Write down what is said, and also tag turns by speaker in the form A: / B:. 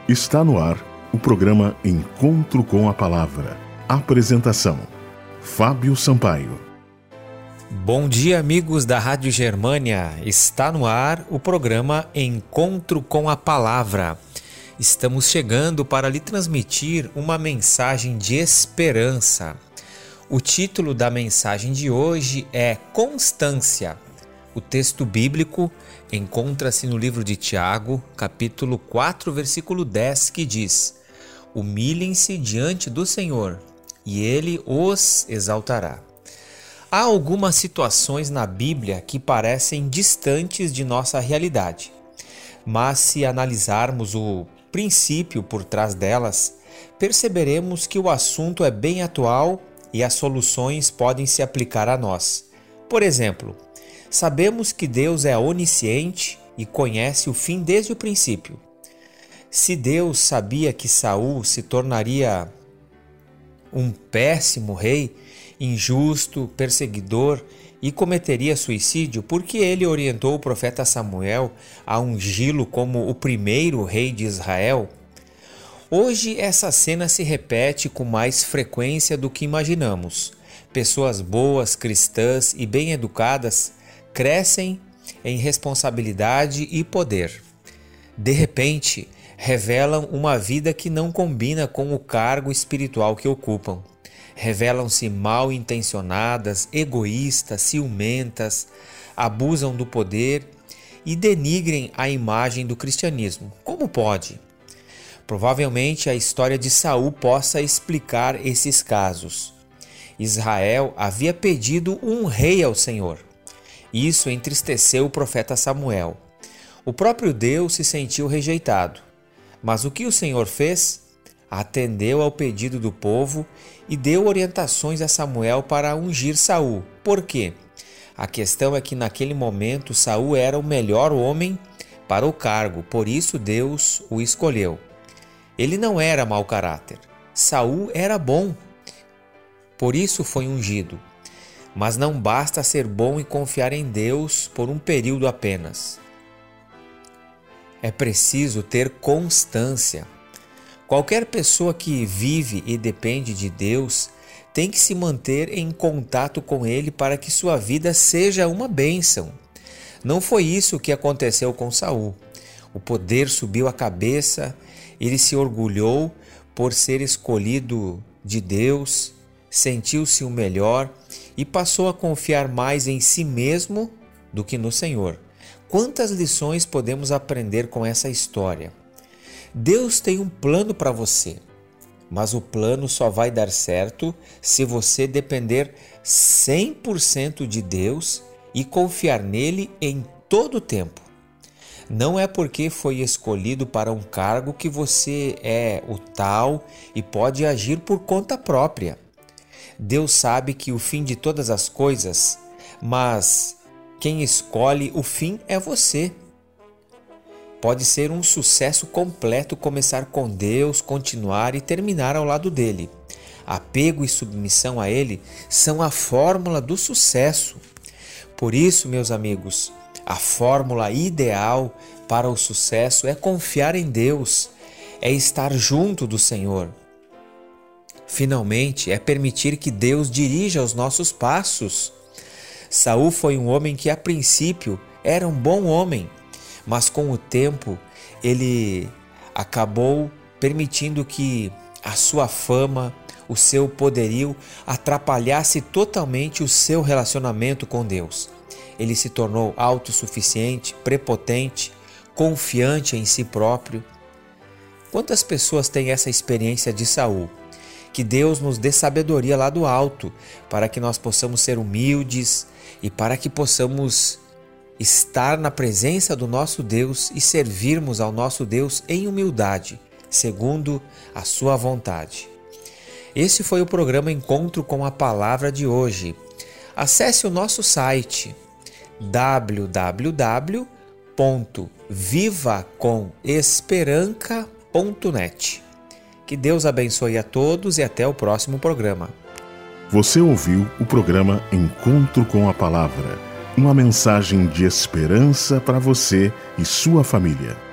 A: Está no ar o programa Encontro com a Palavra. Apresentação: Fábio Sampaio.
B: Bom dia, amigos da Rádio Germânia. Está no ar o programa Encontro com a Palavra. Estamos chegando para lhe transmitir uma mensagem de esperança. O título da mensagem de hoje é Constância. O texto bíblico encontra-se no livro de Tiago, capítulo 4, versículo 10, que diz: Humilhem-se diante do Senhor, e Ele os exaltará. Há algumas situações na Bíblia que parecem distantes de nossa realidade, mas se analisarmos o princípio por trás delas, perceberemos que o assunto é bem atual e as soluções podem se aplicar a nós. Por exemplo, sabemos que Deus é onisciente e conhece o fim desde o princípio. Se Deus sabia que Saul se tornaria um péssimo rei, injusto, perseguidor e cometeria suicídio, por que ele orientou o profeta Samuel a ungí-lo como o primeiro rei de Israel? Hoje essa cena se repete com mais frequência do que imaginamos. Pessoas boas, cristãs e bem educadas crescem em responsabilidade e poder. De repente, revelam uma vida que não combina com o cargo espiritual que ocupam. Revelam-se mal intencionadas, egoístas, ciumentas, abusam do poder e denigrem a imagem do cristianismo. Como pode? Provavelmente a história de Saul possa explicar esses casos. Israel havia pedido um rei ao Senhor. Isso entristeceu o profeta Samuel. O próprio Deus se sentiu rejeitado. Mas o que o Senhor fez? Atendeu ao pedido do povo e deu orientações a Samuel para ungir Saul. Por quê? A questão é que naquele momento Saul era o melhor homem para o cargo, por isso Deus o escolheu. Ele não era mau caráter. Saul era bom, por isso foi ungido. Mas não basta ser bom e confiar em Deus por um período apenas. É preciso ter constância. Qualquer pessoa que vive e depende de Deus tem que se manter em contato com Ele para que sua vida seja uma bênção. Não foi isso que aconteceu com Saul. O poder subiu a cabeça, ele se orgulhou por ser escolhido de Deus, sentiu-se o melhor e passou a confiar mais em si mesmo do que no Senhor. Quantas lições podemos aprender com essa história? Deus tem um plano para você, mas o plano só vai dar certo se você depender 100% de Deus e confiar nele em todo o tempo. Não é porque foi escolhido para um cargo que você é o tal e pode agir por conta própria. Deus sabe que o fim de todas as coisas, mas quem escolhe o fim é você. Pode ser um sucesso completo começar com Deus, continuar e terminar ao lado dele. Apego e submissão a Ele são a fórmula do sucesso. Por isso, meus amigos, a fórmula ideal para o sucesso é confiar em Deus, é estar junto do Senhor. Finalmente, é permitir que Deus dirija os nossos passos. Saul foi um homem que, a princípio, era um bom homem, mas com o tempo ele acabou permitindo que a sua fama, o seu poderio atrapalhasse totalmente o seu relacionamento com Deus. Ele se tornou autossuficiente, prepotente, confiante em si próprio. Quantas pessoas têm essa experiência de Saul? Que Deus nos dê sabedoria lá do alto, para que nós possamos ser humildes e para que possamos estar na presença do nosso Deus e servirmos ao nosso Deus em humildade, segundo a sua vontade. Esse foi o programa Encontro com a Palavra de hoje. Acesse o nosso site www.vivacomesperanca.net. Que Deus abençoe a todos e até o próximo programa.
A: Você ouviu o programa Encontro com a Palavra, uma mensagem de esperança para você e sua família.